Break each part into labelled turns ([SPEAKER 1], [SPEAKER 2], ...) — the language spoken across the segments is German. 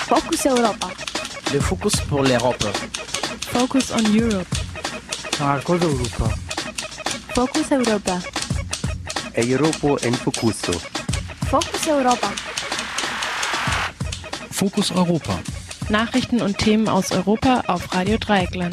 [SPEAKER 1] Focus Europa.
[SPEAKER 2] Le Focus pour l'Europe.
[SPEAKER 3] Focus on Europe.
[SPEAKER 4] Marcos Europa.
[SPEAKER 1] Focus Europa.
[SPEAKER 5] Europa en Focuso.
[SPEAKER 1] Focus Europa.
[SPEAKER 6] Fokus Europa.
[SPEAKER 3] Nachrichten und Themen aus Europa auf Radio Dreieckland.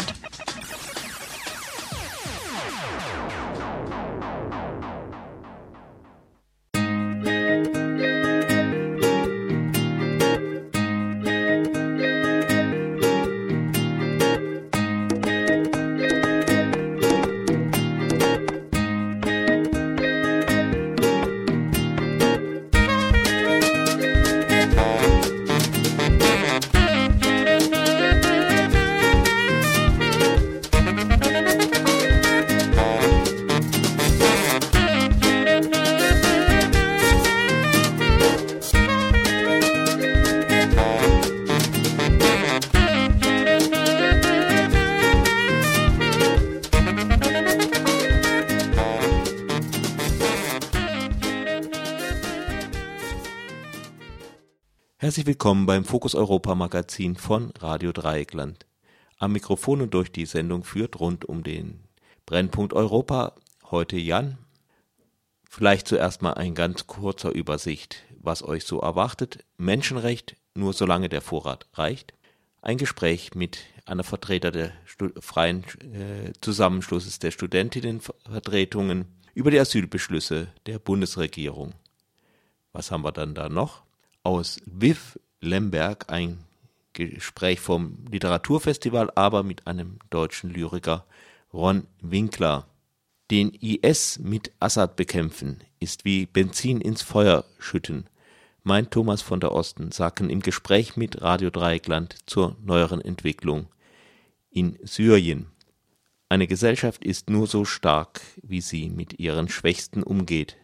[SPEAKER 7] Herzlich willkommen beim Fokus Europa Magazin von Radio Dreieckland. Am Mikrofon und durch die Sendung führt rund um den Brennpunkt Europa heute Jan. Vielleicht zuerst mal ein ganz kurzer Übersicht, was euch so erwartet. Menschenrecht, nur solange der Vorrat reicht. Ein Gespräch mit einer Vertreter der freien Zusammenschlusses der Studentinnenvertretungen über die Asylbeschlüsse der Bundesregierung. Was haben wir dann da noch? Aus Lviv, Lemberg, ein Gespräch vom Literaturfestival, aber mit einem deutschen Lyriker, Ron Winkler. Den IS mit Assad bekämpfen ist wie Benzin ins Feuer schütten, meint Thomas von der Osten, sagten im Gespräch mit Radio Dreieckland zur neueren Entwicklung in Syrien. Eine Gesellschaft ist nur so stark, wie sie mit ihren Schwächsten umgeht.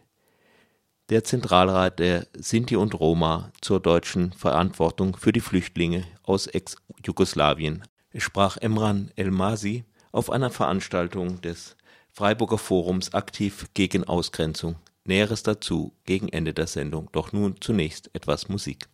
[SPEAKER 7] Der Zentralrat der Sinti und Roma zur deutschen Verantwortung für die Flüchtlinge aus Ex-Jugoslawien, sprach Emran Elmazi auf einer Veranstaltung des Freiburger Forums aktiv gegen Ausgrenzung. Näheres dazu gegen Ende der Sendung, doch nun zunächst etwas Musik.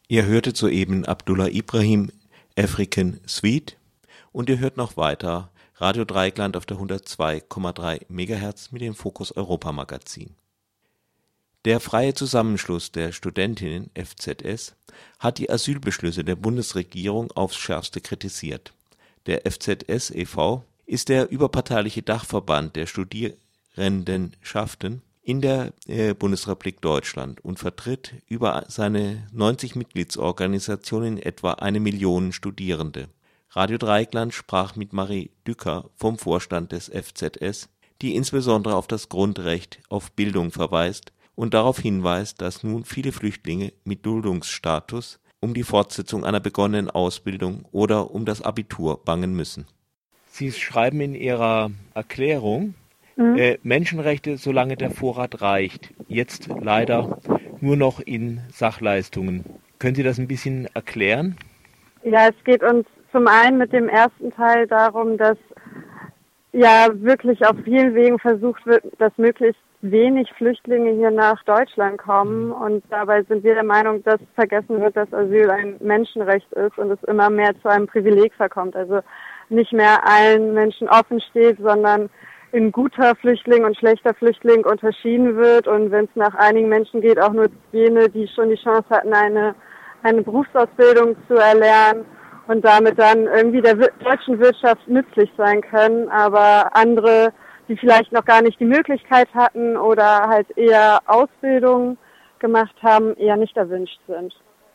[SPEAKER 7] Ihr hörtet soeben Abdullah Ibrahim, African Suite, und ihr hört noch weiter Radio Dreieckland auf der 102,3 MHz mit dem Fokus Europa Magazin. Der Freie Zusammenschluss der Studentinnen FZS hat die Asylbeschlüsse der Bundesregierung aufs Schärfste kritisiert. Der FZS e.V. ist der überparteiliche Dachverband der Studierendenschaften in der Bundesrepublik Deutschland und vertritt über seine 90 Mitgliedsorganisationen etwa 1 Million Studierende. Radio Dreieckland sprach mit Marie Dücker vom Vorstand des FZS, die insbesondere auf das Grundrecht auf Bildung verweist und darauf hinweist, dass nun viele Flüchtlinge mit Duldungsstatus um die Fortsetzung einer begonnenen Ausbildung oder um das Abitur bangen müssen. Sie schreiben in Ihrer Erklärung, Menschenrechte, solange der Vorrat reicht. Jetzt leider nur noch in Sachleistungen. Können Sie das ein bisschen erklären?
[SPEAKER 6] Ja, es geht uns zum einen mit dem ersten Teil darum, dass ja wirklich auf vielen Wegen versucht wird, dass möglichst wenig Flüchtlinge hier nach Deutschland kommen. Und dabei sind wir der Meinung, dass vergessen wird, dass Asyl ein Menschenrecht ist und es immer mehr zu einem Privileg verkommt. Also nicht mehr allen Menschen offen steht, sondern in guter Flüchtling und schlechter Flüchtling unterschieden wird und wenn es nach einigen Menschen geht, auch nur jene, die schon die Chance hatten, eine Berufsausbildung zu erlernen und damit dann irgendwie der deutschen Wirtschaft nützlich sein können, aber andere, die vielleicht noch gar nicht die Möglichkeit hatten oder halt eher Ausbildung gemacht haben, eher nicht erwünscht sind.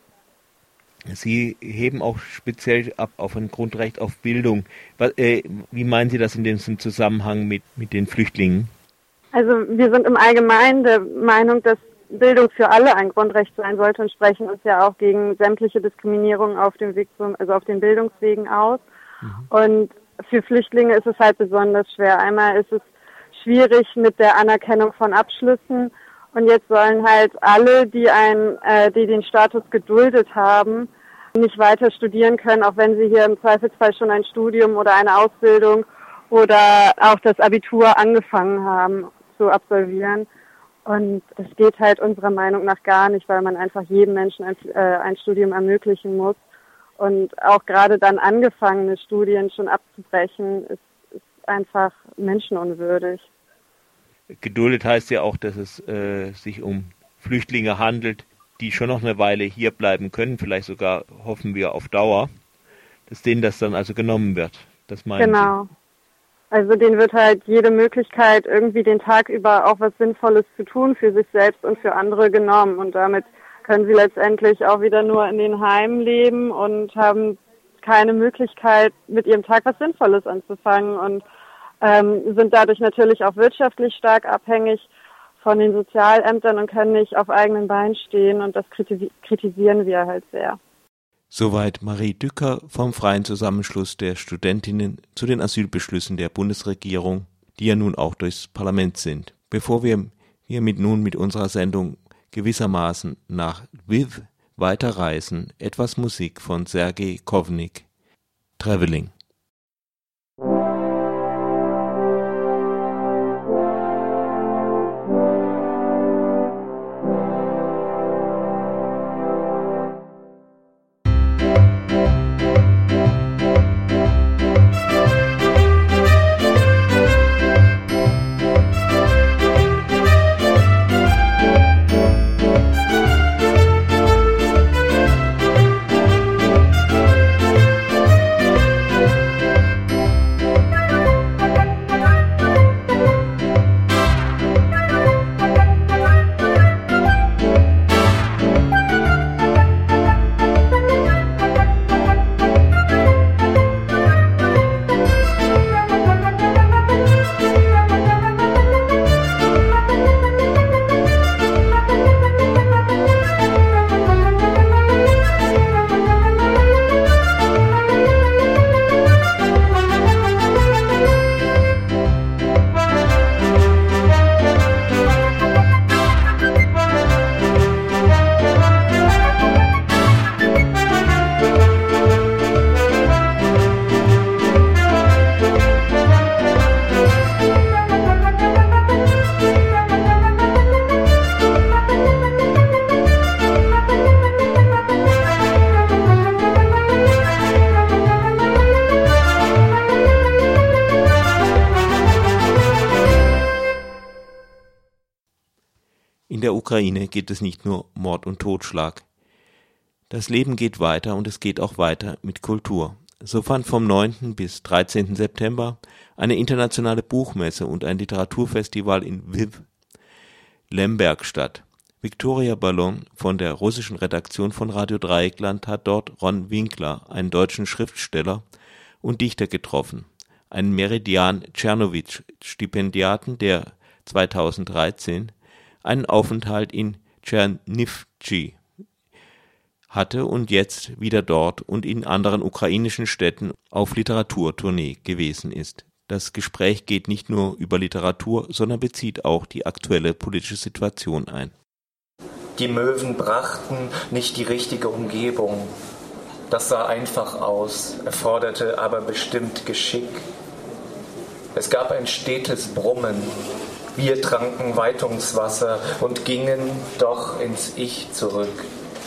[SPEAKER 7] Sie heben auch speziell ab auf ein Grundrecht auf Bildung. Wie meinen Sie das in diesem Zusammenhang mit den Flüchtlingen?
[SPEAKER 6] Also wir sind im Allgemeinen der Meinung, dass Bildung für alle ein Grundrecht sein sollte und sprechen uns ja auch gegen sämtliche Diskriminierung auf dem Weg auf den Bildungswegen aus. Und für Flüchtlinge ist es halt besonders schwer. Einmal ist es schwierig mit der Anerkennung von Abschlüssen. Und jetzt sollen halt alle, die den Status geduldet haben, nicht weiter studieren können, auch wenn sie hier im Zweifelsfall schon ein Studium oder eine Ausbildung oder auch das Abitur angefangen haben zu absolvieren. Und das geht halt unserer Meinung nach gar nicht, weil man einfach jedem Menschen ein Studium ermöglichen muss. Und auch gerade dann angefangene Studien schon abzubrechen, ist einfach menschenunwürdig.
[SPEAKER 7] Geduldet heißt ja auch, dass es sich um Flüchtlinge handelt, die schon noch eine Weile hier bleiben können, vielleicht sogar, hoffen wir, auf Dauer, dass denen das dann also genommen wird. Das meinen
[SPEAKER 6] Genau. Also denen wird halt jede Möglichkeit, irgendwie den Tag über auch was Sinnvolles zu tun für sich selbst und für andere genommen. Und damit können sie letztendlich auch wieder nur in den Heimen leben und haben keine Möglichkeit, mit ihrem Tag was Sinnvolles anzufangen und sind dadurch natürlich auch wirtschaftlich stark abhängig von den Sozialämtern und können nicht auf eigenen Beinen stehen und das kritisieren wir halt sehr.
[SPEAKER 7] Soweit Marie Dücker vom Freien Zusammenschluss der Studentinnen zu den Asylbeschlüssen der Bundesregierung, die ja nun auch durchs Parlament sind. Bevor wir nun mit unserer Sendung gewissermaßen nach Lviv weiterreisen, etwas Musik von Sergei Kovnik, Traveling. Ukraine geht es nicht nur Mord und Totschlag. Das Leben geht weiter und es geht auch weiter mit Kultur. So fand vom 9. bis 13. September eine internationale Buchmesse und ein Literaturfestival in Lviv, Lemberg statt. Viktoria Ballon von der russischen Redaktion von Radio Dreieckland hat dort Ron Winkler, einen deutschen Schriftsteller und Dichter, getroffen. Einen Meridian Czernowitsch-Stipendiaten, der 2013 einen Aufenthalt in Tschernivtsi hatte und jetzt wieder dort und in anderen ukrainischen Städten auf Literaturtournee gewesen ist. Das Gespräch geht nicht nur über Literatur, sondern bezieht auch die aktuelle politische Situation ein.
[SPEAKER 8] Die Möwen brachten nicht die richtige Umgebung. Das sah einfach aus, erforderte aber bestimmt Geschick. Es gab ein stetes Brummen. Wir tranken Weitungswasser und gingen doch ins Ich zurück.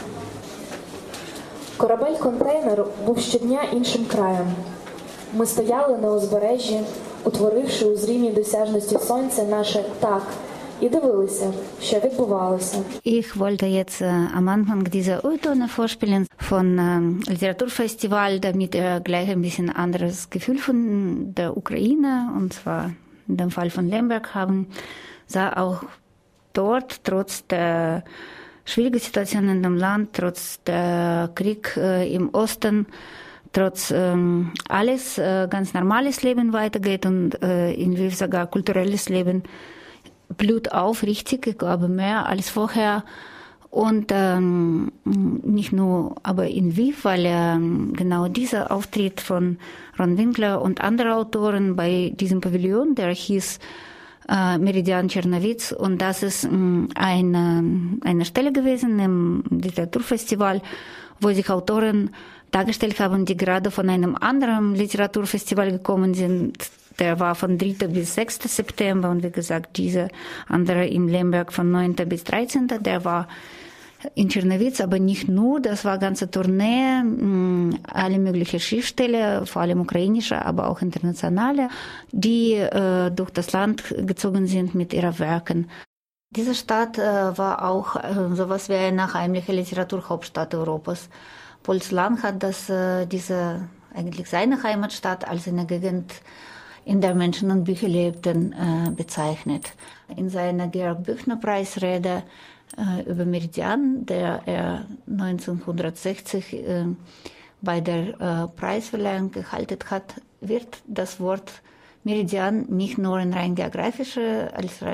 [SPEAKER 9] Корабель-контейнер був щодня іншим краєм. Ми стояли на узбережжі, утворивши у зрімій досяжності сонця наше «так», і дивилися, що відбувалося.
[SPEAKER 10] Ich wollte jetzt am Anfang diese O-Töne vorspielen von Literaturfestival, damit ihr gleich ein bisschen anderes Gefühl von der Ukraine, und zwar in dem Fall von Lemberg haben, sah auch dort trotz der schwierigen Situation in dem Land, trotz der Krieg im Osten, trotz alles ganz normales Leben weitergeht und in Lviv sogar kulturelles Leben blüht auf, richtig, ich glaube mehr als vorher. Und nicht nur aber in Lviv, weil genau dieser Auftritt von Ron Winkler und andere Autoren bei diesem Pavillon, der hieß Meridian Czernowitz, und das ist eine Stelle gewesen im Literaturfestival, wo sich Autoren dargestellt haben, die gerade von einem anderen Literaturfestival gekommen sind. Der war von 3. bis 6. September und wie gesagt, dieser andere in Lemberg von 9. bis 13. Der war in Czernowitz, aber nicht nur, das war eine ganze Tournee, alle möglichen Schriftsteller, vor allem ukrainische, aber auch internationale, die durch das Land gezogen sind mit ihren Werken. Diese Stadt war auch sowas wie eine heimliche Literaturhauptstadt Europas. Polslan hat das, eigentlich seine Heimatstadt als eine Gegend, in der Menschen und Bücher lebten, bezeichnet. In seiner Georg-Büchner-Preisrede über Meridian, der er 1960 bei der Preisverleihung gehalten hat, wird das Wort Meridian nicht nur als rein geografischer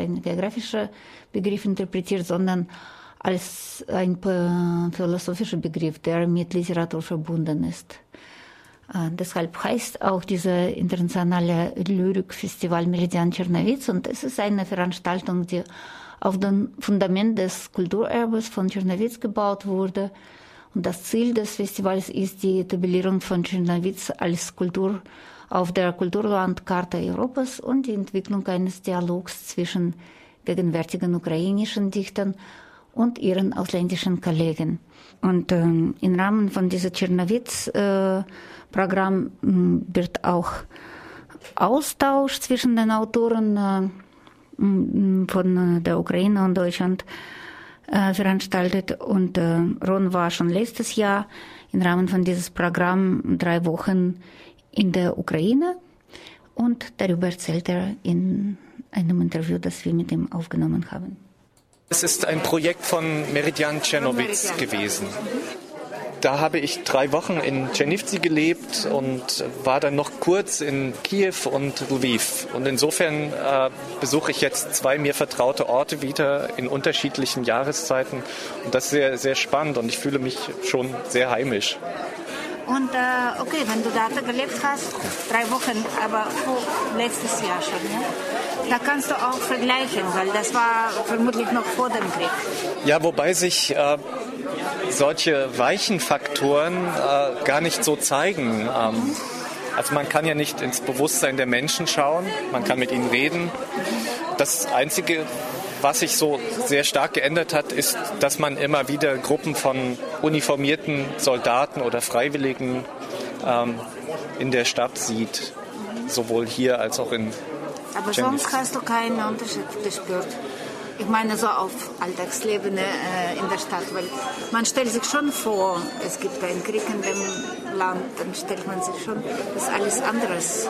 [SPEAKER 10] Begriff interpretiert, sondern als ein philosophischer Begriff, der mit Literatur verbunden ist. Deshalb heißt auch dieses internationale Lyrikfestival Meridian Czernowitz, und es ist eine Veranstaltung, die auf dem Fundament des Kulturerbes von Czernowitz gebaut wurde. Und das Ziel des Festivals ist die Etablierung von Czernowitz als Kultur auf der Kulturlandkarte Europas und die Entwicklung eines Dialogs zwischen gegenwärtigen ukrainischen Dichtern und ihren ausländischen Kollegen. Und im Rahmen von diesem Czernowitz-Programm wird auch Austausch zwischen den Autoren von der Ukraine und Deutschland veranstaltet. Und Ron war schon letztes Jahr im Rahmen von diesem Programm 3 Wochen in der Ukraine. Und darüber erzählt er in einem Interview, das wir mit ihm aufgenommen haben.
[SPEAKER 8] Es ist ein Projekt von Meridian Czernowitz gewesen. Da habe ich 3 Wochen in Tschernivtsi gelebt und war dann noch kurz in Kiew und Lviv. Und insofern besuche ich jetzt 2 mir vertraute Orte wieder in unterschiedlichen Jahreszeiten. Und das ist sehr, sehr spannend und ich fühle mich schon sehr heimisch.
[SPEAKER 10] Und okay, wenn du da gelebt hast, 3 Wochen, aber letztes Jahr schon, ja? Da kannst du auch vergleichen, weil das war vermutlich noch vor dem Krieg.
[SPEAKER 8] Ja, wobei sich solche weichen Faktoren gar nicht so zeigen. Also man kann ja nicht ins Bewusstsein der Menschen schauen, man kann mit ihnen reden. Das Einzige, was sich so sehr stark geändert hat, ist, dass man immer wieder Gruppen von uniformierten Soldaten oder Freiwilligen in der Stadt sieht. Sowohl hier als auch in
[SPEAKER 10] Aber sonst hast du keinen Unterschied gespürt? Ich meine so auf Alltagsleben in der Stadt, weil man stellt sich schon vor, es gibt einen Krieg in dem Land, dann stellt man sich schon, das ist alles anderes.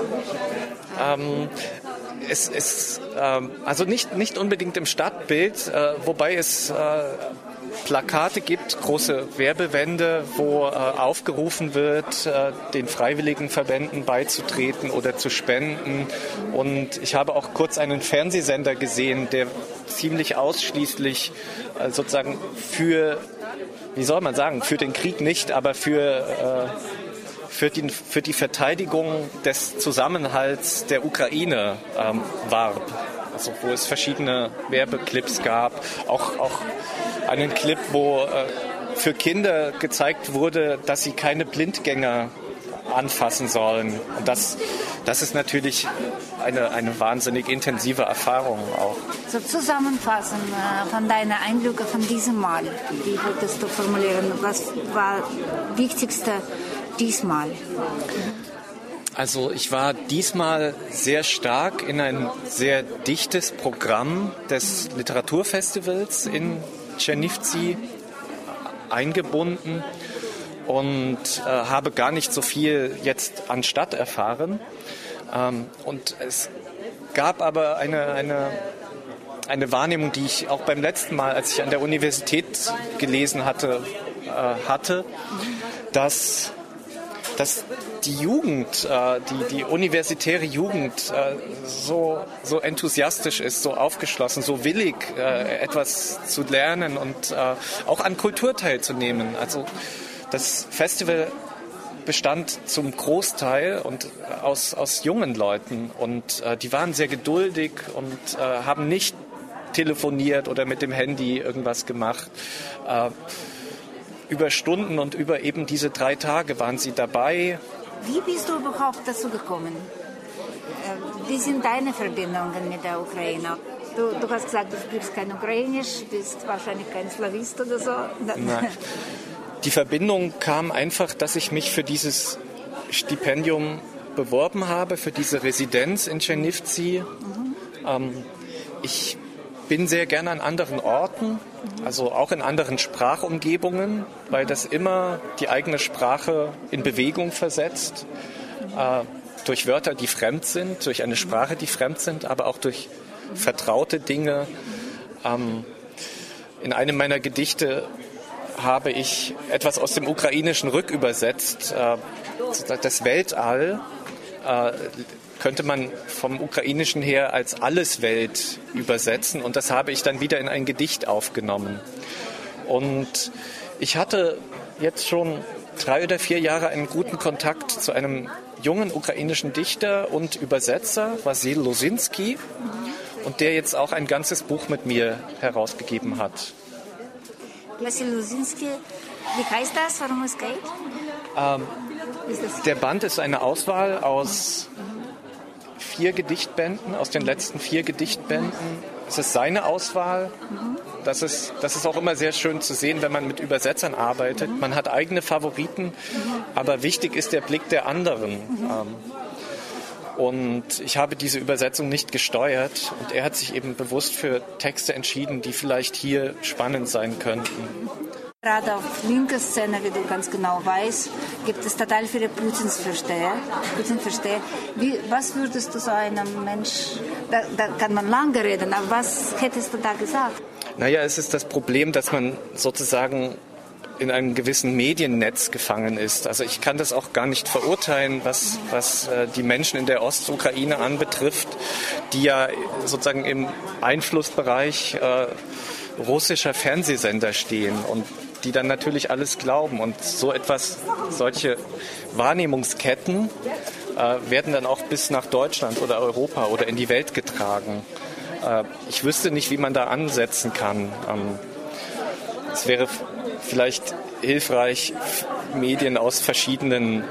[SPEAKER 8] Also nicht unbedingt im Stadtbild, wobei es Plakate gibt, große Werbewände, wo aufgerufen wird, den Freiwilligenverbänden beizutreten oder zu spenden. Und ich habe auch kurz einen Fernsehsender gesehen, der ziemlich ausschließlich sozusagen für den Krieg nicht, aber für die Verteidigung des Zusammenhalts der Ukraine warb. Also wo es verschiedene Werbeclips gab, auch einen Clip, wo für Kinder gezeigt wurde, dass sie keine Blindgänger anfassen sollen. Und das ist natürlich eine wahnsinnig intensive Erfahrung auch.
[SPEAKER 10] So zusammenfassen von deinen Eindrücken von diesem Mal, wie würdest du formulieren, was war das Wichtigste diesmal?
[SPEAKER 8] Also ich war diesmal sehr stark in ein sehr dichtes Programm des Literaturfestivals in Černivci eingebunden und habe gar nicht so viel jetzt an Stadt erfahren. Und es gab aber eine Wahrnehmung, die ich auch beim letzten Mal, als ich an der Universität gelesen hatte, dass die Jugend, die universitäre Jugend so enthusiastisch ist, so aufgeschlossen, so willig, etwas zu lernen und auch an Kultur teilzunehmen. Also das Festival bestand zum Großteil aus jungen Leuten und die waren sehr geduldig und haben nicht telefoniert oder mit dem Handy irgendwas gemacht. Über Stunden und über eben diese 3 Tage waren sie dabei.
[SPEAKER 10] Wie bist du überhaupt dazu gekommen? Wie sind deine Verbindungen mit der Ukraine? Du hast gesagt, du sprichst kein Ukrainisch, bist wahrscheinlich kein Slawist oder so.
[SPEAKER 8] Nein. Die Verbindung kam einfach, dass ich mich für dieses Stipendium beworben habe, für diese Residenz in Černivci. Ich bin sehr gerne an anderen Orten, also auch in anderen Sprachumgebungen, weil das immer die eigene Sprache in Bewegung versetzt, durch Wörter, die fremd sind, durch eine Sprache, die fremd sind, aber auch durch vertraute Dinge. In einem meiner Gedichte habe ich etwas aus dem Ukrainischen rückübersetzt. Das Weltall könnte man vom Ukrainischen her als Alleswelt übersetzen. Und das habe ich dann wieder in ein Gedicht aufgenommen. Und ich hatte jetzt schon 3 oder 4 Jahre einen guten Kontakt zu einem jungen ukrainischen Dichter und Übersetzer, Wasyl Lozinski, und der jetzt auch ein ganzes Buch mit mir herausgegeben hat.
[SPEAKER 10] Wasyl Lozinski, wie heißt das, worum es geht?
[SPEAKER 8] Der Band ist eine Auswahl aus 4 Gedichtbänden, aus den letzten 4 Gedichtbänden. Es ist seine Auswahl. Das ist auch immer sehr schön zu sehen, wenn man mit Übersetzern arbeitet. Man hat eigene Favoriten, aber wichtig ist der Blick der anderen. Und ich habe diese Übersetzung nicht gesteuert und er hat sich eben bewusst für Texte entschieden, die vielleicht hier spannend sein könnten.
[SPEAKER 10] Gerade auf linker Szene, wie du ganz genau weißt, gibt es total viele Putin-Versteher. Was würdest du so einem Mensch, da kann man lange reden, aber was hättest du da gesagt?
[SPEAKER 8] Naja, es ist das Problem, dass man sozusagen in einem gewissen Mediennetz gefangen ist. Also ich kann das auch gar nicht verurteilen, was die Menschen in der Ostukraine anbetrifft, die ja sozusagen im Einflussbereich russischer Fernsehsender stehen und die dann natürlich alles glauben. Und solche Wahrnehmungsketten werden dann auch bis nach Deutschland oder Europa oder in die Welt getragen. Ich wüsste nicht, wie man da ansetzen kann. Es wäre vielleicht hilfreich, Medien aus verschiedenen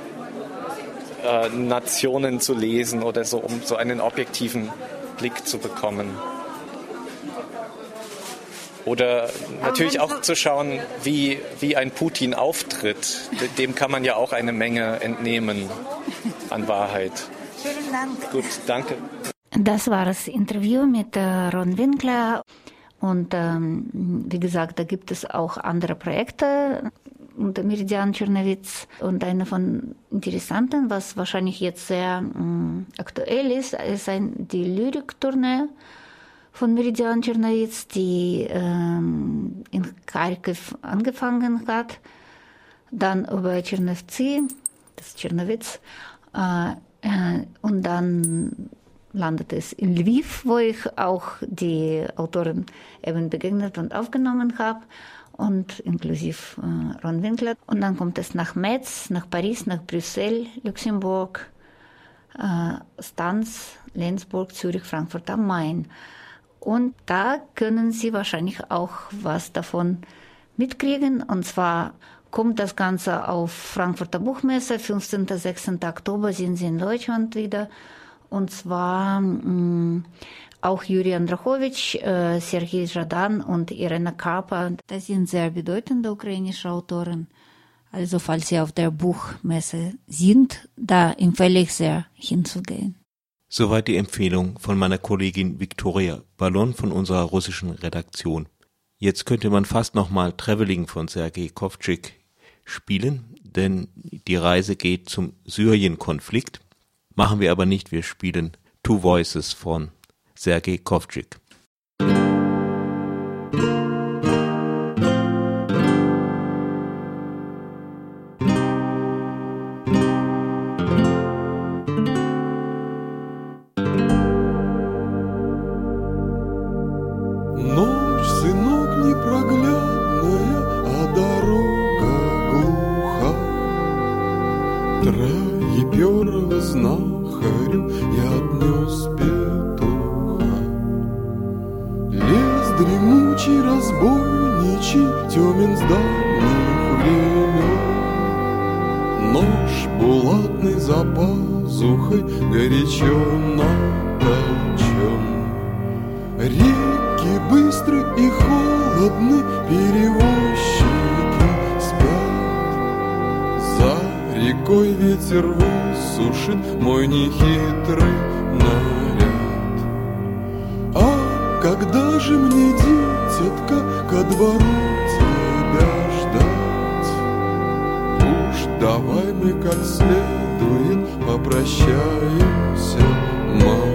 [SPEAKER 8] Nationen zu lesen oder so, um so einen objektiven Blick zu bekommen. Oder natürlich auch zu schauen, wie ein Putin auftritt. Dem kann man ja auch eine Menge entnehmen an Wahrheit.
[SPEAKER 10] Vielen Dank.
[SPEAKER 8] Gut, danke.
[SPEAKER 10] Das war das Interview mit Ron Winkler. Und wie gesagt, da gibt es auch andere Projekte unter Meridian Czernowitz. Und eine von interessanten, was wahrscheinlich jetzt sehr aktuell ist die Lyriktournee von Meridian Czernowitz, die in Kharkiv angefangen hat, dann über Czernowcy, das ist Czernowitz, und dann landet es in Lviv, wo ich auch die Autorin eben begegnet und aufgenommen habe, und inklusive Ron Winkler. Und dann kommt es nach Metz, nach Paris, nach Brüssel, Luxemburg, Stanz, Lenzburg, Zürich, Frankfurt am Main. Und da können Sie wahrscheinlich auch was davon mitkriegen. Und zwar kommt das Ganze auf Frankfurter Buchmesse, 15. 16. Oktober sind Sie in Deutschland wieder. Und zwar auch Juri Andrachowitsch, Sergei Zhadan und Irena Karpa. Das sind sehr bedeutende ukrainische Autoren. Also falls Sie auf der Buchmesse sind, da empfehle ich sehr hinzugehen.
[SPEAKER 7] Soweit die Empfehlung von meiner Kollegin Viktoria Ballon von unserer russischen Redaktion. Jetzt könnte man fast nochmal Traveling von Sergei Kovtschik spielen, denn die Reise geht zum Syrien-Konflikt. Machen wir aber nicht, wir spielen Two Voices von Sergei Kovtschik.
[SPEAKER 11] Ночь, сынок, непроглядная, а дорога глуха. Троеперого знахарю я отнес петуха. Лес дремучий, разбойничий, темен с давних времен. Нож булатный за пазухой горячо наточен. Реки быстры и холодны, перевозчики спят. За рекой ветер высушит мой нехитрый наряд. А когда же мне, дитятка, ко двору тебя ждать? Уж давай мы как следует попрощаемся, мать.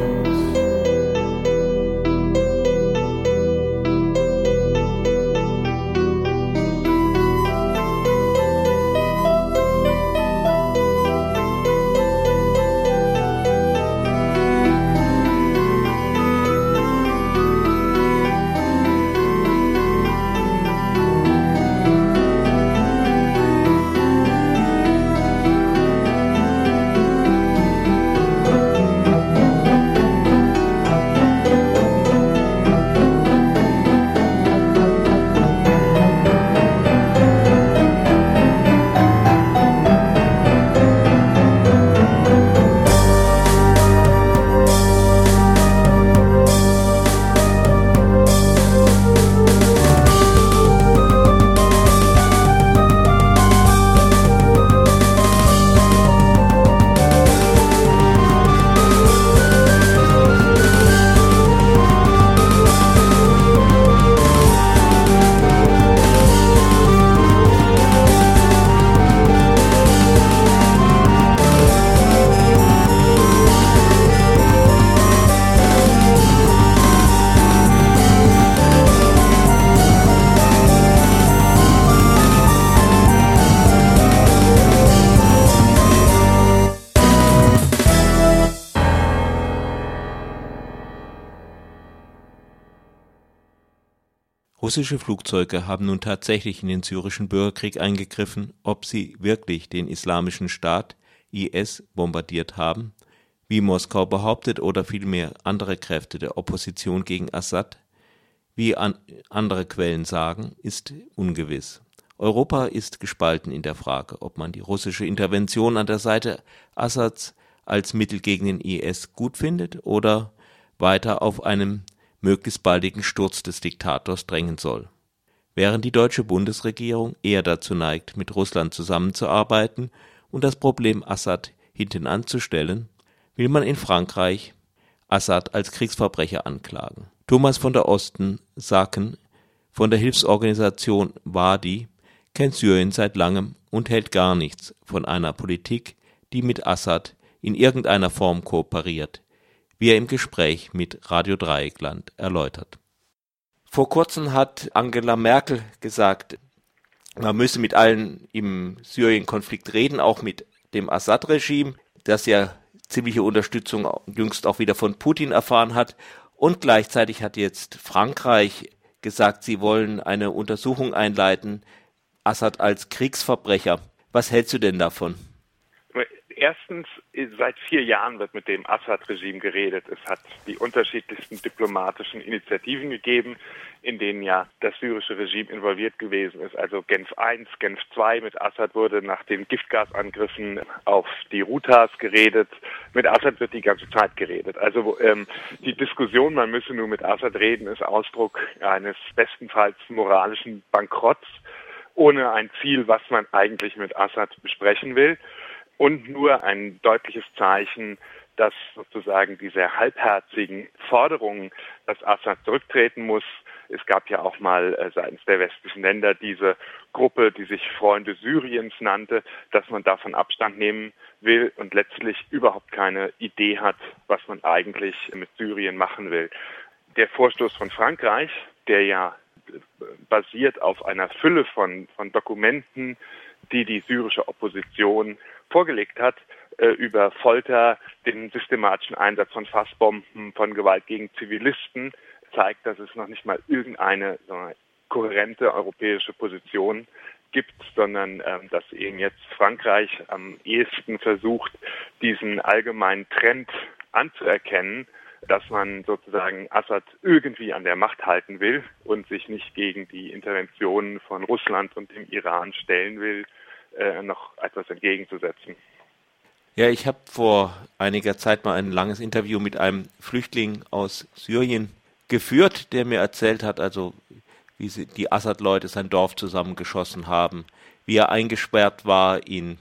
[SPEAKER 7] Russische Flugzeuge haben nun tatsächlich in den syrischen Bürgerkrieg eingegriffen. Ob sie wirklich den Islamischen Staat, IS, bombardiert haben, wie Moskau behauptet, oder vielmehr andere Kräfte der Opposition gegen Assad, wie andere Quellen sagen, ist ungewiss. Europa ist gespalten in der Frage, ob man die russische Intervention an der Seite Assads als Mittel gegen den IS gut findet oder weiter auf einem möglichst baldigen Sturz des Diktators drängen soll. Während die deutsche Bundesregierung eher dazu neigt, mit Russland zusammenzuarbeiten und das Problem Assad hinten anzustellen, will man in Frankreich Assad als Kriegsverbrecher anklagen. Thomas von der Osten-Sacken von der Hilfsorganisation Wadi kennt Syrien seit langem und hält gar nichts von einer Politik, die mit Assad in irgendeiner Form kooperiert, wie er im Gespräch mit Radio Dreieckland erläutert. Vor kurzem hat Angela Merkel gesagt, man müsse mit allen im Syrien-Konflikt reden, auch mit dem Assad-Regime, das ja ziemliche Unterstützung jüngst auch wieder von Putin erfahren hat. Und gleichzeitig hat jetzt Frankreich gesagt, sie wollen eine Untersuchung einleiten, Assad als Kriegsverbrecher. Was hältst du denn davon?
[SPEAKER 12] Erstens, seit 4 Jahren wird mit dem Assad-Regime geredet. Es hat die unterschiedlichsten diplomatischen Initiativen gegeben, in denen ja das syrische Regime involviert gewesen ist. Also Genf I, Genf II. Mit Assad wurde nach den Giftgasangriffen auf die Rutas geredet. Mit Assad wird die ganze Zeit geredet. Also die Diskussion, man müsse nur mit Assad reden, ist Ausdruck eines bestenfalls moralischen Bankrotts, ohne ein Ziel, was man eigentlich mit Assad besprechen will. Und nur ein deutliches Zeichen, dass sozusagen diese halbherzigen Forderungen, dass Assad zurücktreten muss. Es gab ja auch mal seitens der westlichen Länder diese Gruppe, die sich Freunde Syriens nannte, dass man davon Abstand nehmen will und letztlich überhaupt keine Idee hat, was man eigentlich mit Syrien machen will. Der Vorstoß von Frankreich, der ja basiert auf einer Fülle von Dokumenten, die die syrische Opposition vorgelegt hat, über Folter, den systematischen Einsatz von Fassbomben, von Gewalt gegen Zivilisten, zeigt, dass es noch nicht mal irgendeine kohärente europäische Position gibt, sondern dass eben jetzt Frankreich am ehesten versucht, diesen allgemeinen Trend anzuerkennen, dass man sozusagen Assad irgendwie an der Macht halten will und sich nicht gegen die Interventionen von Russland und dem Iran stellen will, noch etwas entgegenzusetzen.
[SPEAKER 7] Ja, ich habe vor einiger Zeit mal ein langes Interview mit einem Flüchtling aus Syrien geführt, der mir erzählt hat, also wie die Assad-Leute sein Dorf zusammengeschossen haben, wie er eingesperrt war in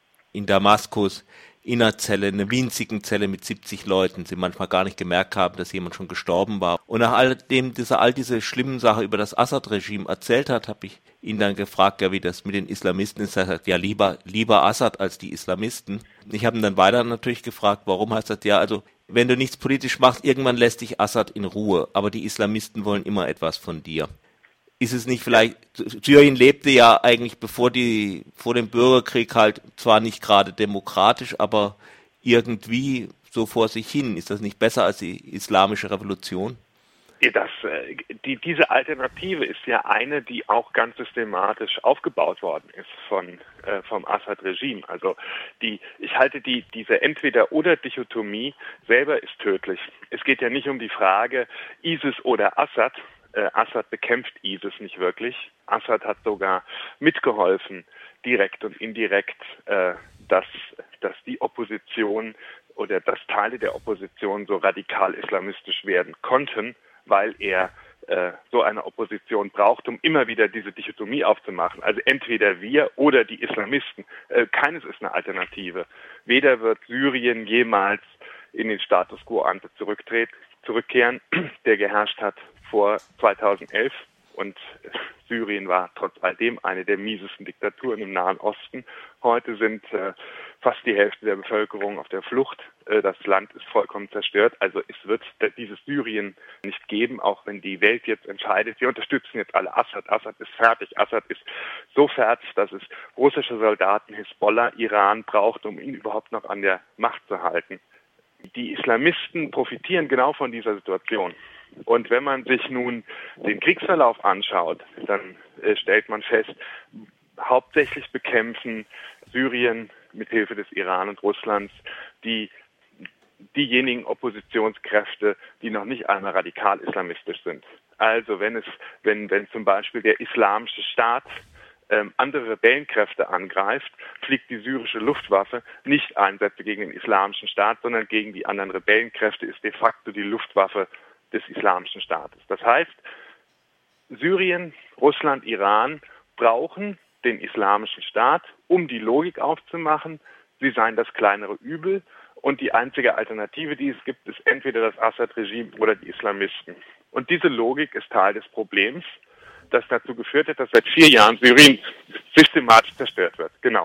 [SPEAKER 7] Damaskus, in einer Zelle, einer winzigen Zelle mit 70 Leuten, sie manchmal gar nicht gemerkt haben, dass jemand schon gestorben war. Und nach alledem, all diese schlimmen Sachen über das Assad-Regime erzählt hat, habe ich ihn dann gefragt, ja, wie das mit den Islamisten ist. Er sagt, ja, lieber Assad als die Islamisten. Ich habe ihn dann weiter natürlich gefragt, warum, heißt das, ja, also wenn du nichts politisch machst, irgendwann lässt dich Assad in Ruhe, aber die Islamisten wollen immer etwas von dir. Ist es nicht vielleicht, Syrien lebte ja eigentlich vor dem Bürgerkrieg halt zwar nicht gerade demokratisch, aber irgendwie so vor sich hin. Ist das nicht besser als die islamische Revolution?
[SPEAKER 12] Diese Alternative ist ja eine, die auch ganz systematisch aufgebaut worden ist vom Assad-Regime. Also ich halte diese Entweder-oder-Dichotomie selber ist tödlich. Es geht ja nicht um die Frage ISIS oder Assad. Assad bekämpft ISIS nicht wirklich. Assad hat sogar mitgeholfen, direkt und indirekt, dass die Opposition oder dass Teile der Opposition so radikal islamistisch werden konnten, weil er so eine Opposition braucht, um immer wieder diese Dichotomie aufzumachen. Also entweder wir oder die Islamisten. Keines ist eine Alternative. Weder wird Syrien jemals in den Status quo ante zurückkehren, der geherrscht hat vor 2011, und Syrien war trotz alledem eine der miesesten Diktaturen im Nahen Osten. Heute sind fast die Hälfte der Bevölkerung auf der Flucht. Das Land ist vollkommen zerstört. Also es wird dieses Syrien nicht geben, auch wenn die Welt jetzt entscheidet. Wir unterstützen jetzt alle Assad. Assad ist fertig. Assad ist so fertig, dass es russische Soldaten, Hisbollah, Iran braucht, um ihn überhaupt noch an der Macht zu halten. Die Islamisten profitieren genau von dieser Situation. Und wenn man sich nun den Kriegsverlauf anschaut, dann stellt man fest, hauptsächlich bekämpfen Syrien mithilfe des Iran und Russlands diejenigen Oppositionskräfte, die noch nicht einmal radikal islamistisch sind. Also wenn zum Beispiel der Islamische Staat andere Rebellenkräfte angreift, fliegt die syrische Luftwaffe nicht Einsätze gegen den Islamischen Staat, sondern gegen die anderen Rebellenkräfte, ist de facto die Luftwaffe des Islamischen Staates. Das heißt, Syrien, Russland, Iran brauchen den Islamischen Staat, um die Logik aufzumachen, sie seien das kleinere Übel, und die einzige Alternative, die es gibt, ist entweder das Assad-Regime oder die Islamisten. Und diese Logik ist Teil des Problems, das dazu geführt hat, dass seit 4 Jahren Syrien systematisch zerstört wird. Genau.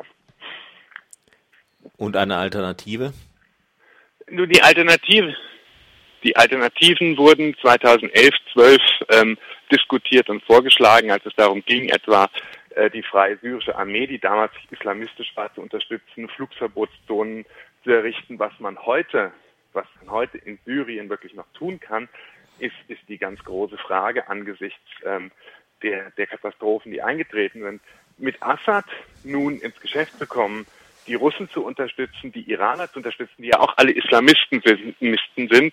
[SPEAKER 7] Und eine Alternative?
[SPEAKER 12] Nur die Alternativen wurden 2011, 12 diskutiert und vorgeschlagen, als es darum ging, etwa die Freie Syrische Armee, die damals islamistisch war, zu unterstützen, Flugverbotszonen zu errichten. Was man heute in Syrien wirklich noch tun kann, ist die ganz große Frage angesichts der Katastrophen, die eingetreten sind. Mit Assad nun ins Geschäft zu kommen, die Russen zu unterstützen, die Iraner zu unterstützen, die ja auch alle Islamisten sind,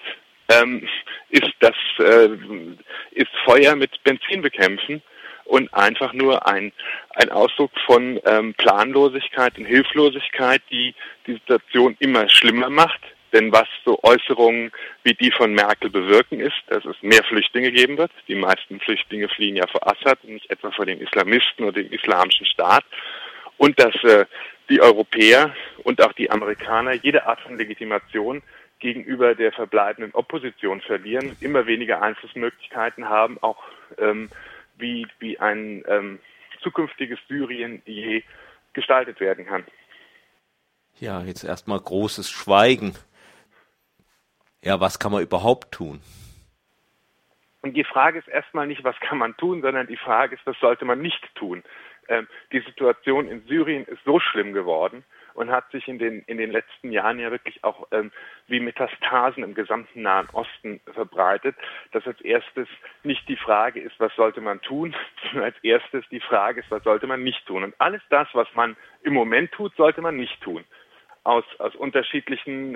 [SPEAKER 12] ist Feuer mit Benzin bekämpfen und einfach nur ein Ausdruck von Planlosigkeit und Hilflosigkeit, die die Situation immer schlimmer macht. Denn was so Äußerungen wie die von Merkel bewirken ist, dass es mehr Flüchtlinge geben wird. Die meisten Flüchtlinge fliehen ja vor Assad und nicht etwa vor den Islamisten oder dem Islamischen Staat. Und dass die Europäer und auch die Amerikaner jede Art von Legitimation gegenüber der verbleibenden Opposition verlieren, immer weniger Einflussmöglichkeiten haben, auch wie ein zukünftiges Syrien je gestaltet werden kann.
[SPEAKER 7] Ja, jetzt erstmal großes Schweigen. Ja, was kann man überhaupt tun?
[SPEAKER 12] Und die Frage ist erstmal nicht, was kann man tun, sondern die Frage ist, was sollte man nicht tun? Die Situation in Syrien ist so schlimm geworden und hat sich in den letzten Jahren ja wirklich auch wie Metastasen im gesamten Nahen Osten verbreitet, dass als erstes nicht die Frage ist, was sollte man tun, sondern als erstes die Frage ist, was sollte man nicht tun. Und alles das, was man im Moment tut, sollte man nicht tun. Aus unterschiedlichen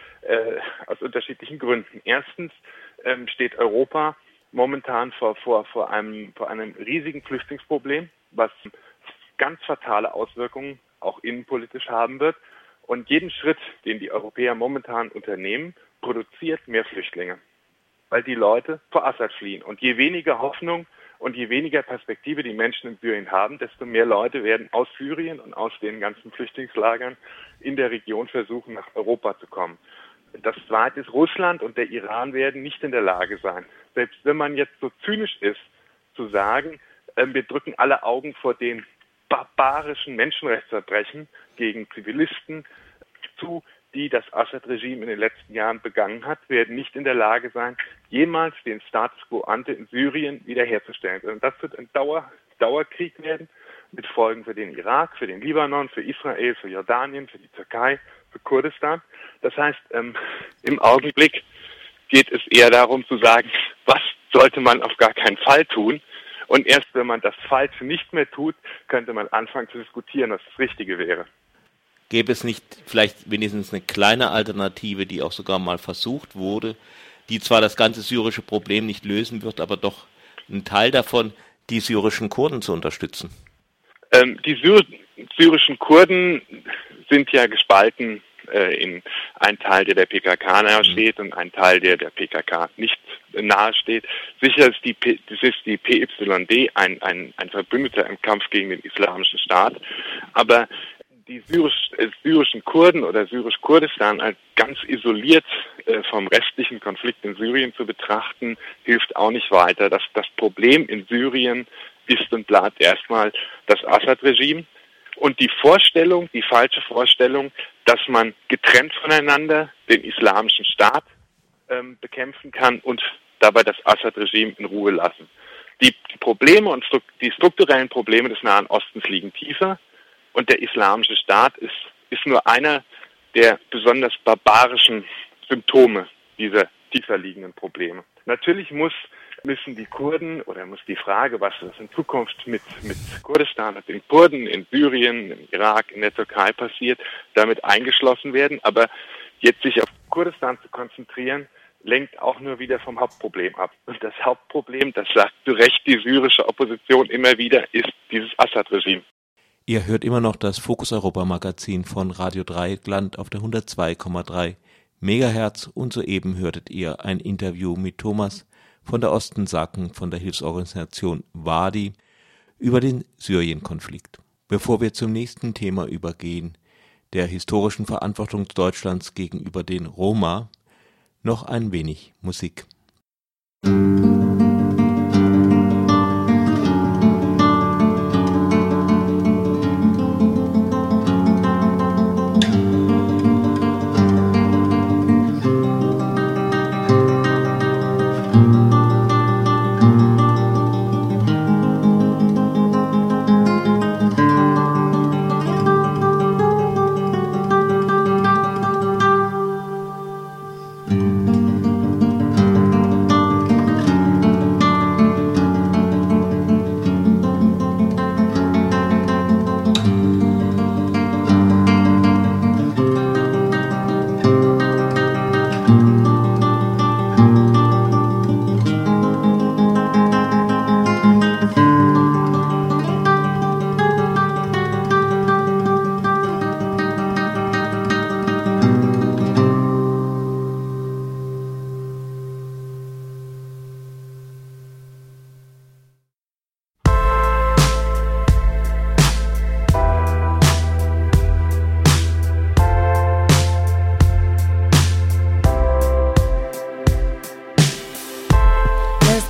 [SPEAKER 12] Gründen. Erstens steht Europa momentan vor einem riesigen Flüchtlingsproblem, was ganz fatale Auswirkungen auch innenpolitisch haben wird. Und jeden Schritt, den die Europäer momentan unternehmen, produziert mehr Flüchtlinge, weil die Leute vor Assad fliehen. Und je weniger Hoffnung und je weniger Perspektive die Menschen in Syrien haben, desto mehr Leute werden aus Syrien und aus den ganzen Flüchtlingslagern in der Region versuchen, nach Europa zu kommen. Das Zweite ist, Russland und der Iran werden nicht in der Lage sein, selbst wenn man jetzt so zynisch ist, zu sagen, wir drücken alle Augen vor den barbarischen Menschenrechtsverbrechen gegen Zivilisten zu, die das Assad-Regime in den letzten Jahren begangen hat, werden nicht in der Lage sein, jemals den Status quo ante in Syrien wiederherzustellen. Und das wird ein Dauerkrieg werden, mit Folgen für den Irak, für den Libanon, für Israel, für Jordanien, für die Türkei, für Kurdistan. Das heißt, im Augenblick geht es eher darum zu sagen, was sollte man auf gar keinen Fall tun. Und erst wenn man das Falsche nicht mehr tut, könnte man anfangen zu diskutieren, was das Richtige wäre.
[SPEAKER 7] Gäbe es nicht vielleicht wenigstens eine kleine Alternative, die auch sogar mal versucht wurde, die zwar das ganze syrische Problem nicht lösen wird, aber doch einen Teil davon, die syrischen Kurden zu unterstützen?
[SPEAKER 12] Die syrischen Kurden sind ja gespalten in einen Teil, der PKK nahesteht und einen Teil, der PKK nicht nahesteht. Sicher ist die PYD ein Verbündeter im Kampf gegen den Islamischen Staat, aber die syrischen Kurden oder Syrisch-Kurdistan als ganz isoliert vom restlichen Konflikt in Syrien zu betrachten, hilft auch nicht weiter. Das Problem in Syrien ist und bleibt erstmal das Assad-Regime und die falsche Vorstellung, dass man getrennt voneinander den Islamischen Staat bekämpfen kann und dabei das Assad-Regime in Ruhe lassen. Die Probleme und die strukturellen Probleme des Nahen Ostens liegen tiefer. Und der Islamische Staat ist nur einer der besonders barbarischen Symptome dieser tiefer liegenden Probleme. Natürlich müssen die Kurden oder muss die Frage, was in Zukunft mit Kurdistan und den Kurden in Syrien, im Irak, in der Türkei passiert, damit eingeschlossen werden. Aber jetzt sich auf Kurdistan zu konzentrieren, lenkt auch nur wieder vom Hauptproblem ab. Und das Hauptproblem, das sagt zu Recht die syrische Opposition immer wieder, ist dieses Assad-Regime.
[SPEAKER 7] Ihr hört immer noch das Fokus Europa Magazin von Radio Dreieckland auf der 102,3 Megahertz und soeben hörtet ihr ein Interview mit Thomas von der Ostensaken von der Hilfsorganisation Wadi über den Syrien-Konflikt. Bevor wir zum nächsten Thema übergehen, der historischen Verantwortung Deutschlands gegenüber den Roma, noch ein wenig Musik.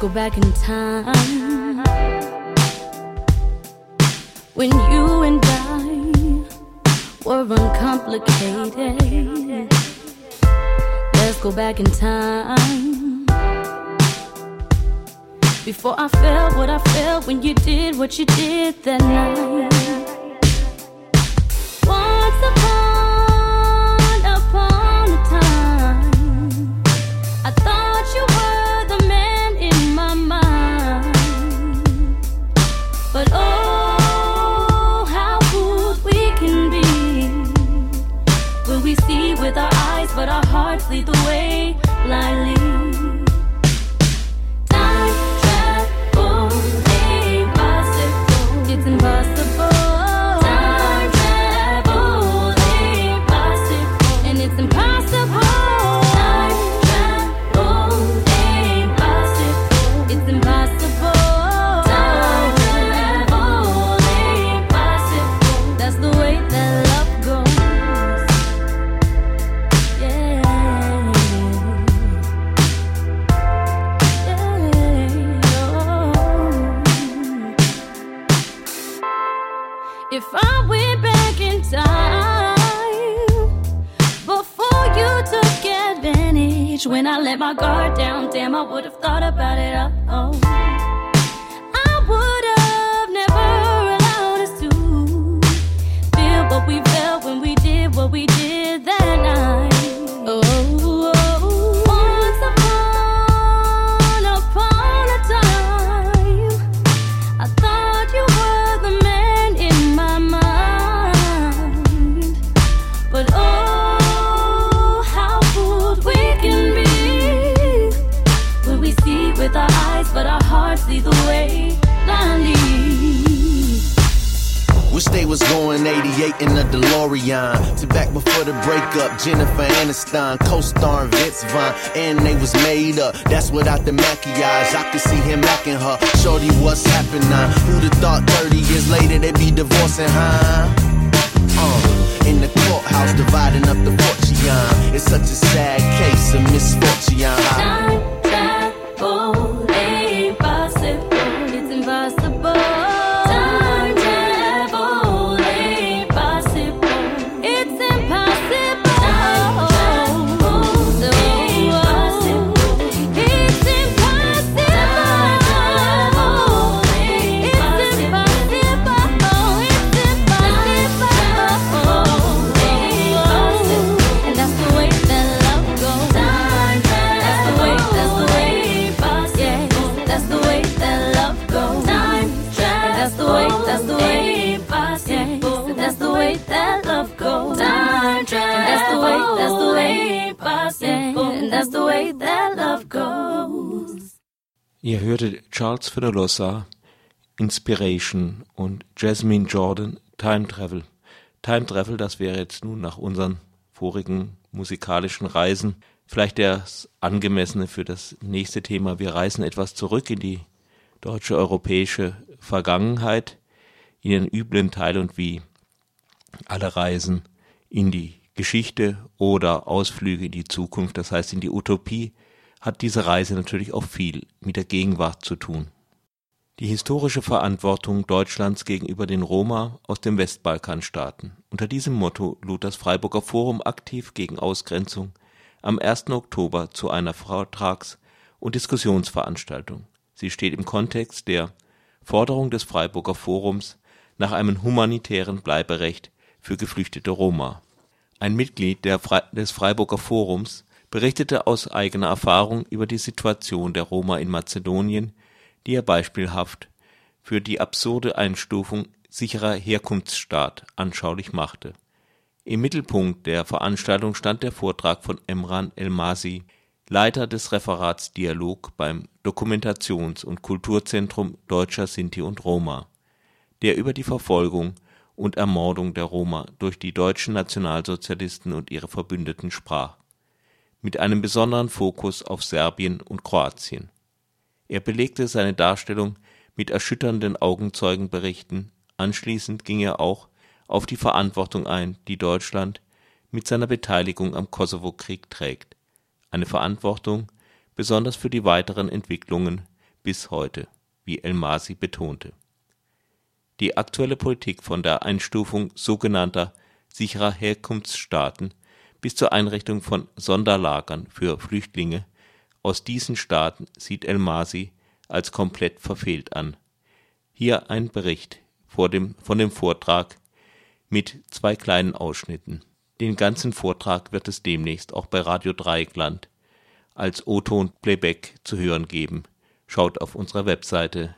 [SPEAKER 13] go back in time when you and I were uncomplicated. Let's go back in time before I felt what I felt when you did what you did that night. Once upon a time, I thought you were the man in my mind. But oh, how fooled we can be when we see with our eyes, but our hearts lead the way blindly. Time travel ain't possible. It's impossible. Time travel ain't possible, and it's impossible. Time travel ain't possible. It's impossible. Time travel ain't possible. That's the way that love goes. If I went back in time before you took advantage, when I let my guard down, damn, I would have thought about it. Oh, I would have never allowed us to feel what we felt when we did what we did that night. Oh, once upon a time, I thought you were the man in my mind. But oh, how fooled we can be when we see with our eyes, but our hearts lead the way blindly.
[SPEAKER 14] Wish they was going 88 in the DeLorean. To back before the breakup, Jennifer Aniston, co-starring Vince Vaughn, and they was made up. That's without the maquillage. I could see him macking her. Shorty, what's happening? Who'd have thought 30 years later they'd be divorcing, huh? In the courthouse, dividing up the fortune. It's such a sad case of misfortune.
[SPEAKER 13] Time travel ain't possible. It's impossible. Time travel ain't possible. It's impossible. Time travel ain't possible. It's impossible. Time travel ain't possible. It's impossible. And that's the way that love goes. Time travel. That's the way possible. That's the way that love goes. Time travel. That's the way possible. That's the way that love goes. Time travel. That's the way possible. And that's the way that love goes.
[SPEAKER 7] Ihr hörtet Charles Fedalosa, Inspiration, und Jasmine Jordan, Time Travel. Time Travel, das wäre jetzt nun nach unseren vorigen musikalischen Reisen vielleicht das Angemessene für das nächste Thema. Wir reisen etwas zurück in die deutsche europäische Vergangenheit, in den üblen Teil, und wie alle Reisen in die Geschichte oder Ausflüge in die Zukunft, das heißt in die Utopie, hat diese Reise natürlich auch viel mit der Gegenwart zu tun. Die historische Verantwortung Deutschlands gegenüber den Roma aus den Westbalkanstaaten. Unter diesem Motto lud das Freiburger Forum aktiv gegen Ausgrenzung am 1. Oktober zu einer Vortrags- und Diskussionsveranstaltung. Sie steht im Kontext der Forderung des Freiburger Forums nach einem humanitären Bleiberecht für geflüchtete Roma. Ein Mitglied des Freiburger Forums berichtete aus eigener Erfahrung über die Situation der Roma in Mazedonien, die er beispielhaft für die absurde Einstufung sicherer Herkunftsstaat anschaulich machte. Im Mittelpunkt der Veranstaltung stand der Vortrag von Emran Elmasi, Leiter des Referats Dialog beim Dokumentations- und Kulturzentrum Deutscher Sinti und Roma, der über die Verfolgung und Ermordung der Roma durch die deutschen Nationalsozialisten und ihre Verbündeten sprach, mit einem besonderen Fokus auf Serbien und Kroatien. Er belegte seine Darstellung mit erschütternden Augenzeugenberichten. Anschließend ging er auch auf die Verantwortung ein, die Deutschland mit seiner Beteiligung am Kosovo-Krieg trägt. Eine Verantwortung besonders für die weiteren Entwicklungen bis heute, wie El-Masri betonte. Die aktuelle Politik von der Einstufung sogenannter sicherer Herkunftsstaaten bis zur Einrichtung von Sonderlagern für Flüchtlinge aus diesen Staaten sieht El-Masri als komplett verfehlt an. Hier ein Bericht von dem Vortrag mit 2 kleinen Ausschnitten. Den ganzen Vortrag wird es demnächst auch bei Radio Dreieckland als O-Ton-Playback zu hören geben. Schaut auf unserer Webseite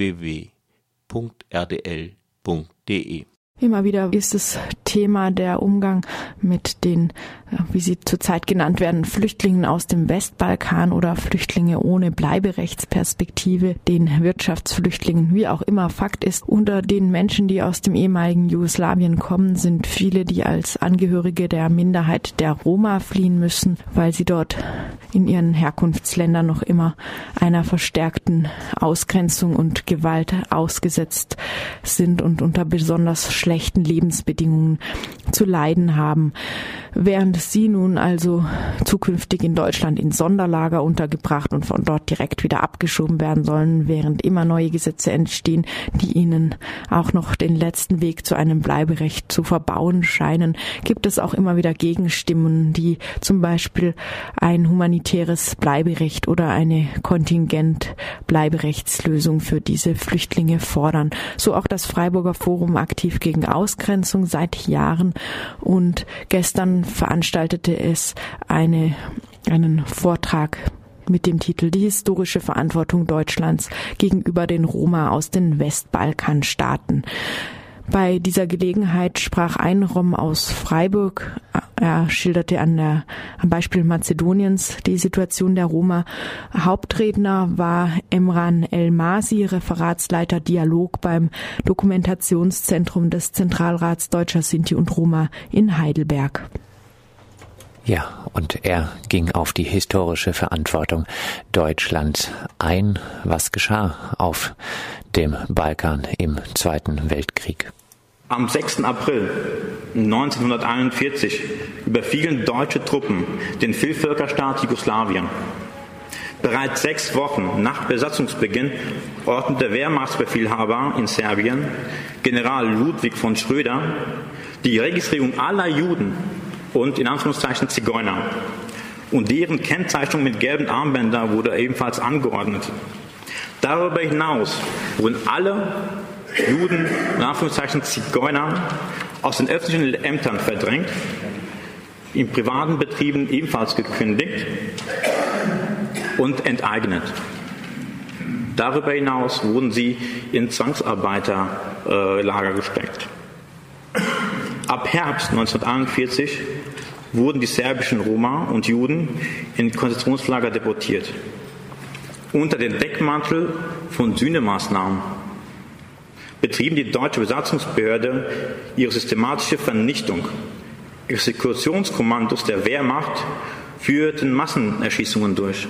[SPEAKER 7] www.rdl.de.
[SPEAKER 3] Immer wieder ist das Thema der Umgang mit den, wie sie zurzeit genannt werden, Flüchtlingen aus dem Westbalkan oder Flüchtlinge ohne Bleiberechtsperspektive, den Wirtschaftsflüchtlingen, wie auch immer. Fakt ist, unter den Menschen, die aus dem ehemaligen Jugoslawien kommen, sind viele, die als Angehörige der Minderheit der Roma fliehen müssen, weil sie dort in ihren Herkunftsländern noch immer einer verstärkten Ausgrenzung und Gewalt ausgesetzt sind und unter besonders schlechten Lebensbedingungen zu leiden haben. Während sie nun also zukünftig in Deutschland in Sonderlager untergebracht und von dort direkt wieder abgeschoben werden sollen, während immer neue Gesetze entstehen, die ihnen auch noch den letzten Weg zu einem Bleiberecht zu verbauen scheinen, gibt es auch immer wieder Gegenstimmen, die zum Beispiel ein humanitäres Bleiberecht oder eine Kontingent-Bleiberechtslösung für diese Flüchtlinge fordern. So auch das Freiburger Forum aktiv gegen Ausgrenzung seit Jahren, und gestern veranstaltete es einen Vortrag mit dem Titel Die historische Verantwortung Deutschlands gegenüber den Roma aus den Westbalkanstaaten. Bei dieser Gelegenheit sprach ein Rom aus Freiburg. Er schilderte am Beispiel Mazedoniens die Situation der Roma. Hauptredner war Emran El-Masri, Referatsleiter Dialog beim Dokumentationszentrum des Zentralrats Deutscher Sinti und Roma in Heidelberg.
[SPEAKER 15] Ja, und er ging auf die historische Verantwortung Deutschlands ein. Was geschah auf dem Balkan im Zweiten Weltkrieg?
[SPEAKER 16] Am 6. April 1941 überfielen deutsche Truppen den Vielvölkerstaat Jugoslawien. Bereits 6 Wochen nach Besatzungsbeginn ordnete der Wehrmachtsbefehlshaber in Serbien, General Ludwig von Schröder, die Registrierung aller Juden und in Anführungszeichen Zigeuner. Und deren Kennzeichnung mit gelben Armbändern wurde ebenfalls angeordnet. Darüber hinaus wurden alle Juden, in Anführungszeichen Zigeuner, aus den öffentlichen Ämtern verdrängt, in privaten Betrieben ebenfalls gekündigt und enteignet. Darüber hinaus wurden sie in Zwangsarbeiterlager gesteckt. Ab Herbst 1941 wurden die serbischen Roma und Juden in Konzentrationslager deportiert. Unter dem Deckmantel von Sühnemaßnahmen betrieben die deutsche Besatzungsbehörde ihre systematische Vernichtung. Exekutionskommandos der Wehrmacht führten Massenerschießungen durch.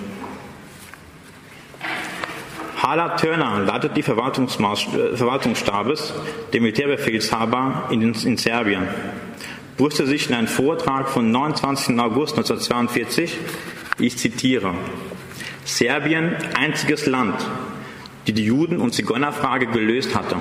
[SPEAKER 16] Hala Turner leitet die Verwaltungsstabes, der Militärbefehlshaber in Serbien, brüstete sich in einem Vortrag vom 29. August 1942, ich zitiere, Serbien, einziges Land, die Juden- und Zigeunerfrage gelöst hatte.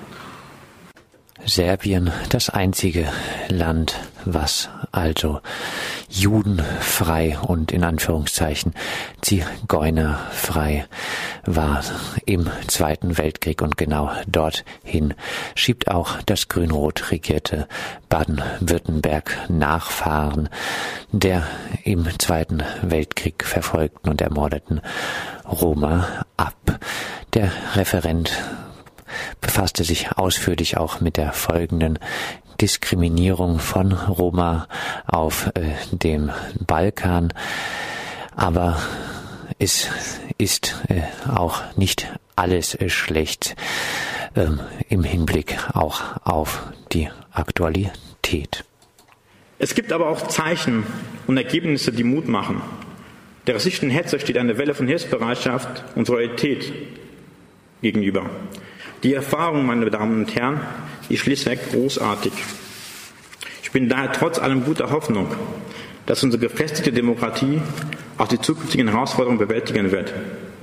[SPEAKER 15] Serbien, das einzige Land, was also judenfrei und in Anführungszeichen zigeunerfrei war im Zweiten Weltkrieg, und genau dorthin schiebt auch das grün-rot regierte Baden-Württemberg Nachfahren der im Zweiten Weltkrieg verfolgten und ermordeten Roma ab. Der Referent befasste sich ausführlich auch mit der folgenden Diskriminierung von Roma auf dem Balkan. Aber es ist auch nicht alles schlecht im Hinblick auch auf die Aktualität.
[SPEAKER 16] Es gibt aber auch Zeichen und Ergebnisse, die Mut machen. Der rassistischen Hetze steht eine Welle von Hilfsbereitschaft und Solidarität gegenüber. Die Erfahrung, meine Damen und Herren, ist schlichtweg großartig. Ich bin daher trotz allem guter Hoffnung, dass unsere gefestigte Demokratie auch die zukünftigen Herausforderungen bewältigen wird.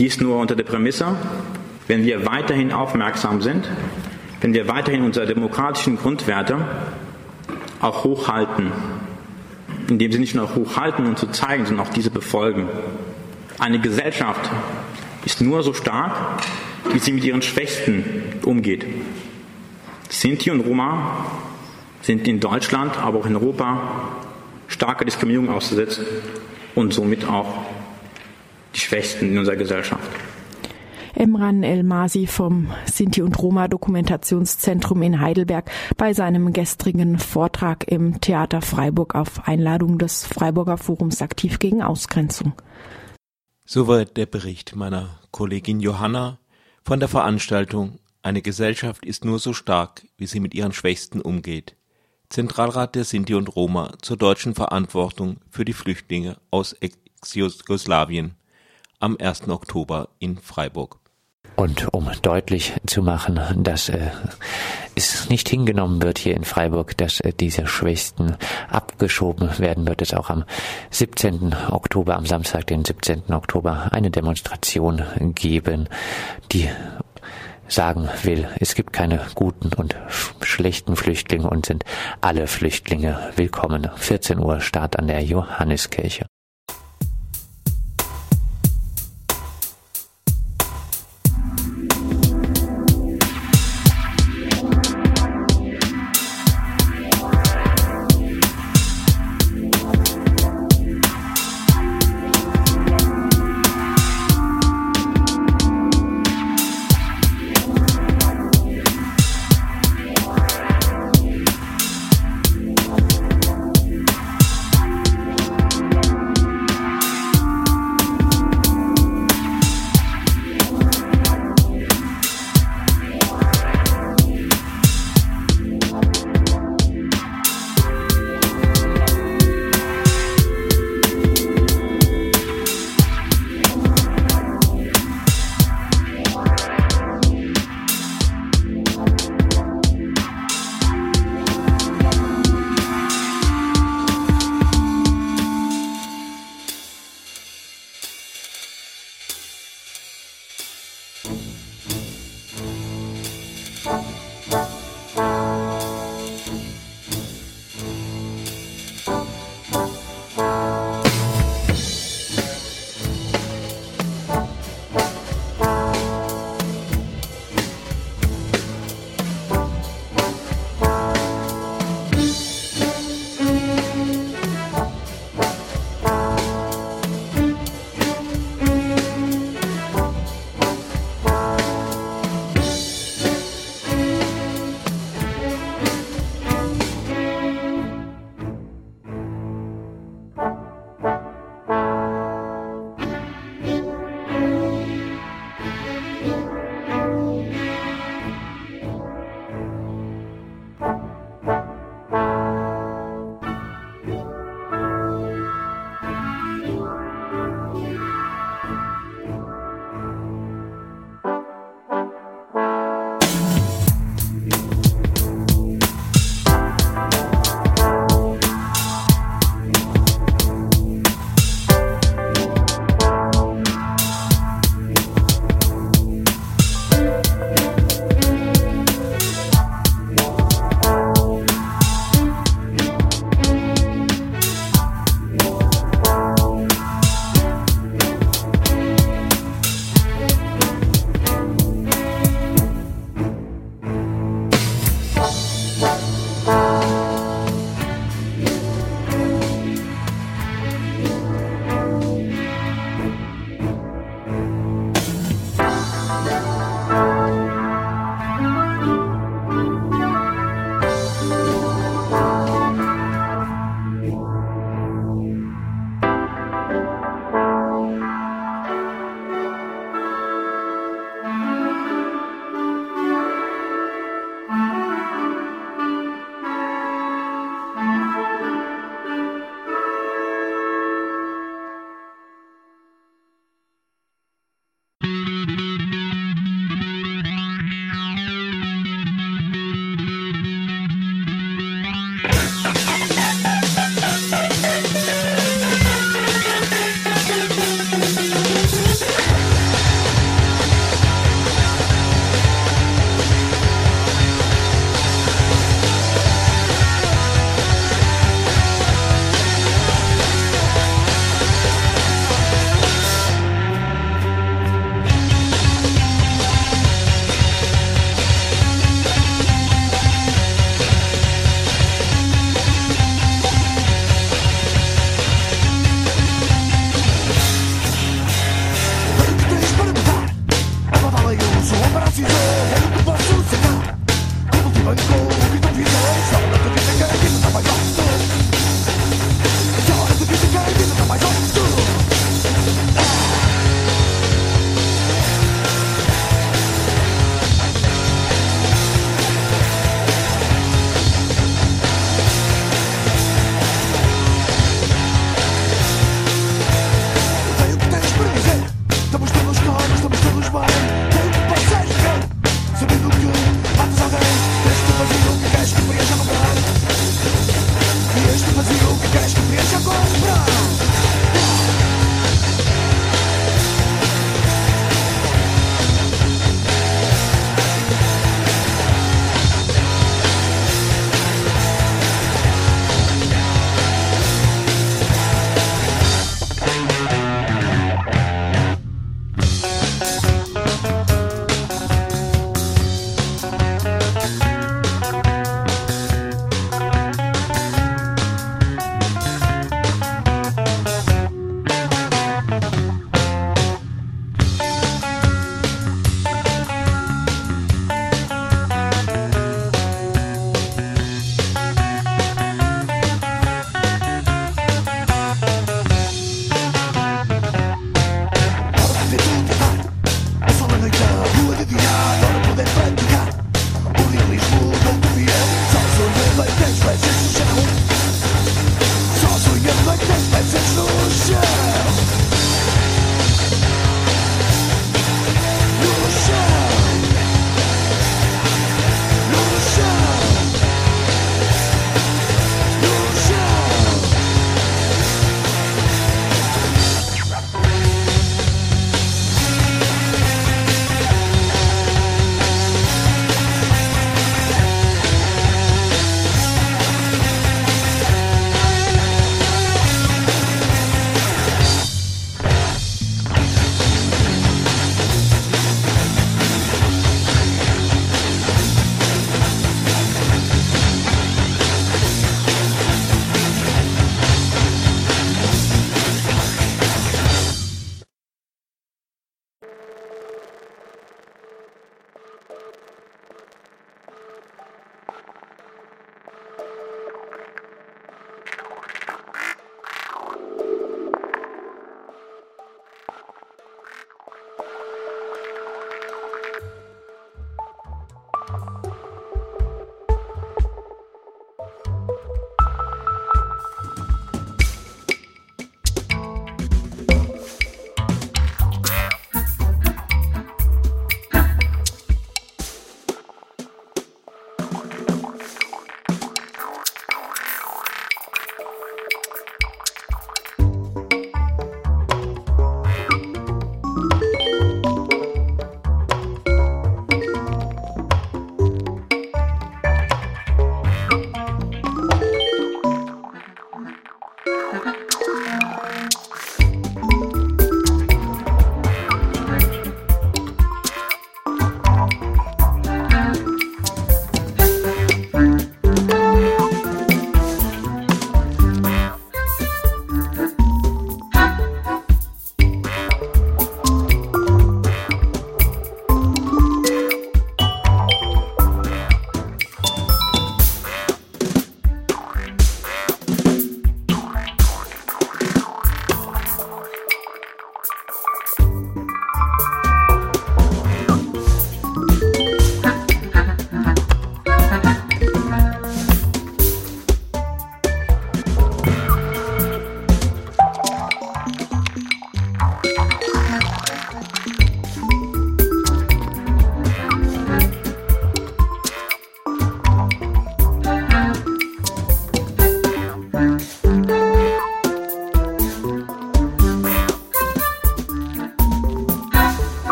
[SPEAKER 16] Dies nur unter der Prämisse, wenn wir weiterhin aufmerksam sind, wenn wir weiterhin unsere demokratischen Grundwerte auch hochhalten, indem sie nicht nur hochhalten und zu zeigen, sondern auch diese befolgen. Eine Gesellschaft ist nur so stark, wie sie mit ihren Schwächsten umgeht. Sinti und Roma sind in Deutschland, aber auch in Europa starker Diskriminierung ausgesetzt und somit auch die Schwächsten in unserer Gesellschaft.
[SPEAKER 3] Emran El-Masi vom Sinti- und Roma-Dokumentationszentrum in Heidelberg bei seinem gestrigen Vortrag im Theater Freiburg auf Einladung des Freiburger Forums Aktiv gegen Ausgrenzung.
[SPEAKER 7] Soweit der Bericht meiner Kollegin Johanna von der Veranstaltung Eine Gesellschaft ist nur so stark, wie sie mit ihren Schwächsten umgeht. Zentralrat der Sinti und Roma zur deutschen Verantwortung für die Flüchtlinge aus Ex-Jugoslawien am 1. Oktober in Freiburg.
[SPEAKER 15] Und um deutlich zu machen, dass es nicht hingenommen wird hier in Freiburg, dass diese Schwächsten abgeschoben werden, wird es auch am 17. Oktober, am Samstag, den 17. Oktober, eine Demonstration geben, die sagen will, es gibt keine guten und schlechten Flüchtlinge und sind alle Flüchtlinge willkommen. 14 Uhr Start an der Johanniskirche.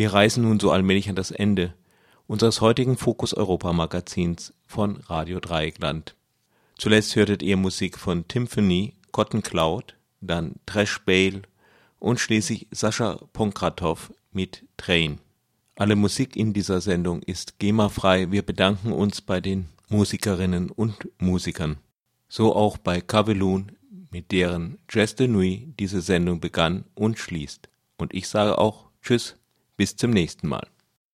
[SPEAKER 7] Wir reisen nun so allmählich an das Ende unseres heutigen Fokus Europa Magazins von Radio Dreieckland. Zuletzt hörtet ihr Musik von Tymphany, Cotton Cloud, dann Trash Bale und schließlich Sascha Ponkratow mit Train. Alle Musik in dieser Sendung ist GEMA-frei. Wir bedanken uns bei den Musikerinnen und Musikern. So auch bei Kowloon, mit deren Jazz de Nuit diese Sendung begann und schließt. Und ich sage auch Tschüss, bis zum nächsten Mal.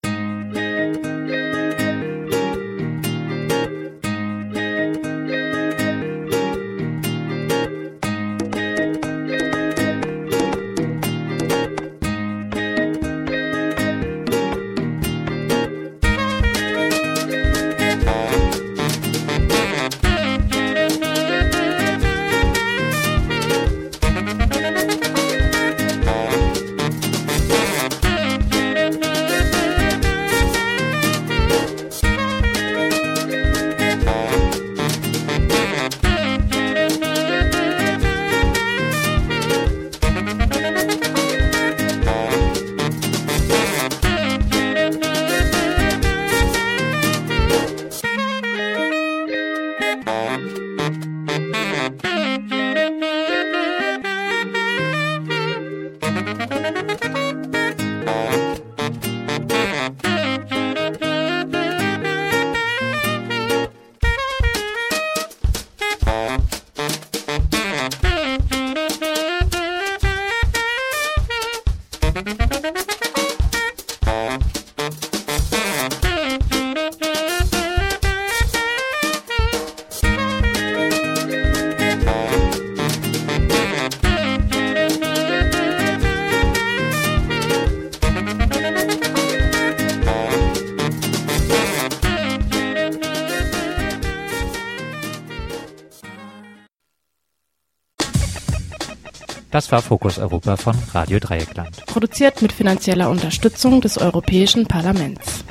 [SPEAKER 17] Das war Fokus Europa von Radio Dreieckland.
[SPEAKER 18] Produziert mit finanzieller Unterstützung des Europäischen Parlaments.